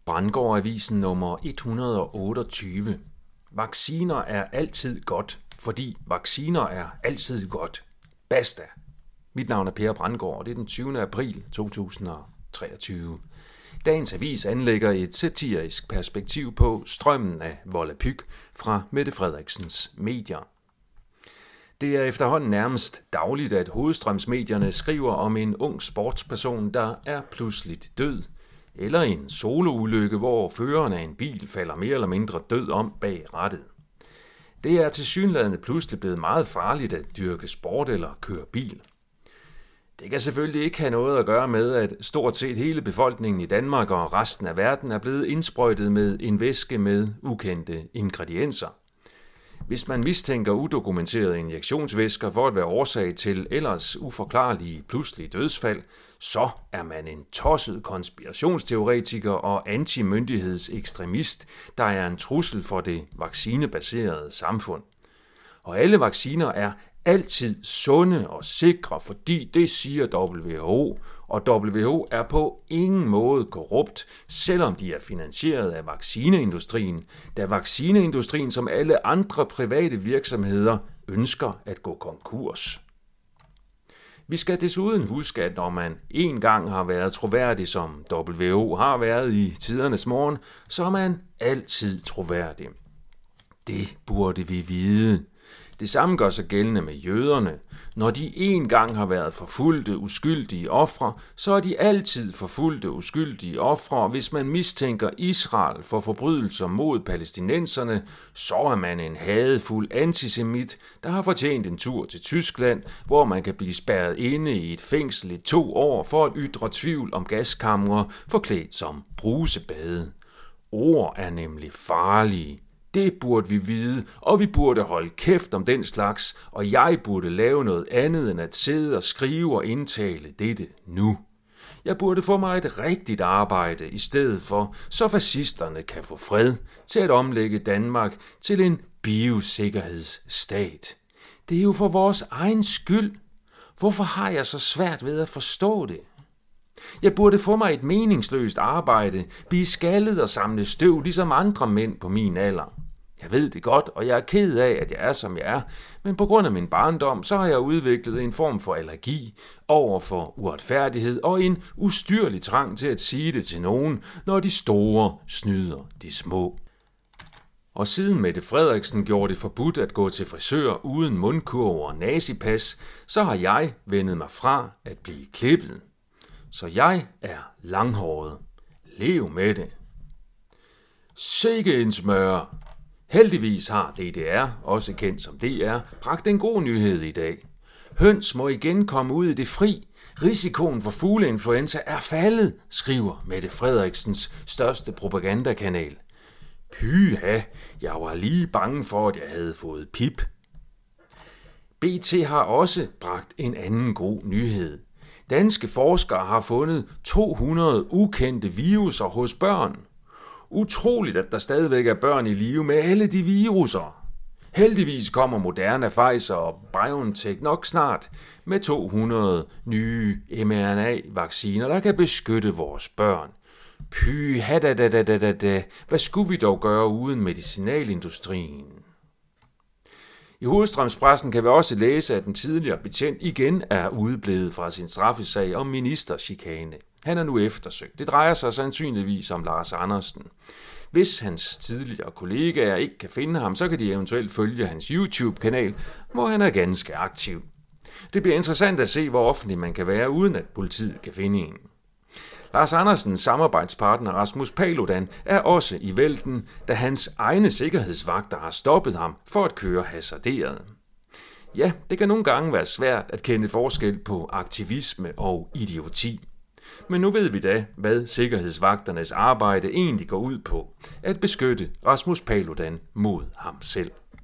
Brandgård-avisen nummer 128. Vacciner er altid godt, fordi vacciner er altid godt. Basta. Mit navn er Per Brandgård, og det er den 20. april 2023. Dagens avis anlægger et satirisk perspektiv på strømmen af volapyk fra Mette Frederiksens medier. Det er efterhånden nærmest dagligt, at hovedstrømsmedierne skriver om en ung sportsperson, der er pludseligt død, eller en soloulykke, hvor føreren af en bil falder mere eller mindre død om bag rattet. Det er tilsyneladende pludselig blevet meget farligt at dyrke sport eller køre bil. Det kan selvfølgelig ikke have noget at gøre med, at stort set hele befolkningen i Danmark og resten af verden er blevet indsprøjtet med en væske med ukendte ingredienser. Hvis man mistænker udokumenterede injektionsvæsker for at være årsag til ellers uforklarlige pludselige dødsfald, så er man en tosset konspirationsteoretiker og antimyndighedsekstremist, der er en trussel for det vaccinebaserede samfund. Og alle vacciner er altid sunde og sikre, fordi det siger WHO, og WHO er på ingen måde korrupt, selvom de er finansieret af vaccineindustrien, da vaccineindustrien som alle andre private virksomheder ønsker at gå konkurs. Vi skal desuden huske, at når man en gang har været troværdig, som WHO har været i tidernes morgen, så er man altid troværdig. Det burde vi vide. Det samme gør sig gældende med jøderne. Når de en gang har været forfulgte, uskyldige ofre, så er de altid forfulgte, uskyldige ofre. Hvis man mistænker Israel for forbrydelser mod palæstinenserne, så er man en hadefuld antisemit, der har fortjent en tur til Tyskland, hvor man kan blive spærret inde i et fængsel i 2 år for at ytre tvivl om gaskamre forklædt som brusebade. Ord er nemlig farlige. Det burde vi vide, og vi burde holde kæft om den slags, og jeg burde lave noget andet end at sidde og skrive og indtale dette nu. Jeg burde få mig et rigtigt arbejde i stedet for, så fascisterne kan få fred til at omlægge Danmark til en biosikkerhedsstat. Det er jo for vores egen skyld. Hvorfor har jeg så svært ved at forstå det? Jeg burde få mig et meningsløst arbejde, blive skaldet og samle støv, ligesom andre mænd på min alder. Jeg ved det godt, og jeg er ked af, at jeg er, som jeg er, men på grund af min barndom, så har jeg udviklet en form for allergi over for uretfærdighed og en ustyrlig trang til at sige det til nogen, når de store snyder de små. Og siden Mette Frederiksen gjorde det forbudt at gå til frisør uden mundkurv og nazipas, så har jeg vendet mig fra at blive klippet. Så jeg er langhåret. Lev med det. Sikke en smør. Heldigvis har DDR, også kendt som DR, bragt en god nyhed i dag. Høns må igen komme ud i det fri. Risikoen for fugleinfluenza er faldet, skriver Mette Frederiksens største propagandakanal. Pyha, jeg var lige bange for, at jeg havde fået pip. BT har også bragt en anden god nyhed. Danske forskere har fundet 200 ukendte viruser hos børn. Utroligt, at der stadigvæk er børn i live med alle de viruser. Heldigvis kommer Moderna, Pfizer og BioNTech nok snart med 200 nye mRNA-vacciner, der kan beskytte vores børn. Pyha da. Hvad skulle vi dog gøre uden medicinalindustrien? I hovedstrømspressen kan vi også læse, at den tidligere betjent igen er udeblevet fra sin straffesag om ministerchikane. Han er nu eftersøgt. Det drejer sig sandsynligvis om Lars Andersen. Hvis hans tidligere kollegaer ikke kan finde ham, så kan de eventuelt følge hans YouTube-kanal, hvor han er ganske aktiv. Det bliver interessant at se, hvor offentlig man kan være, uden at politiet kan finde en. Lars Andersens samarbejdspartner Rasmus Paludan er også i vælten, da hans egne sikkerhedsvagter har stoppet ham for at køre hasarderet. Ja, det kan nogle gange være svært at kende forskel på aktivisme og idioti. Men nu ved vi da, hvad sikkerhedsvagternes arbejde egentlig går ud på, at beskytte Rasmus Paludan mod ham selv.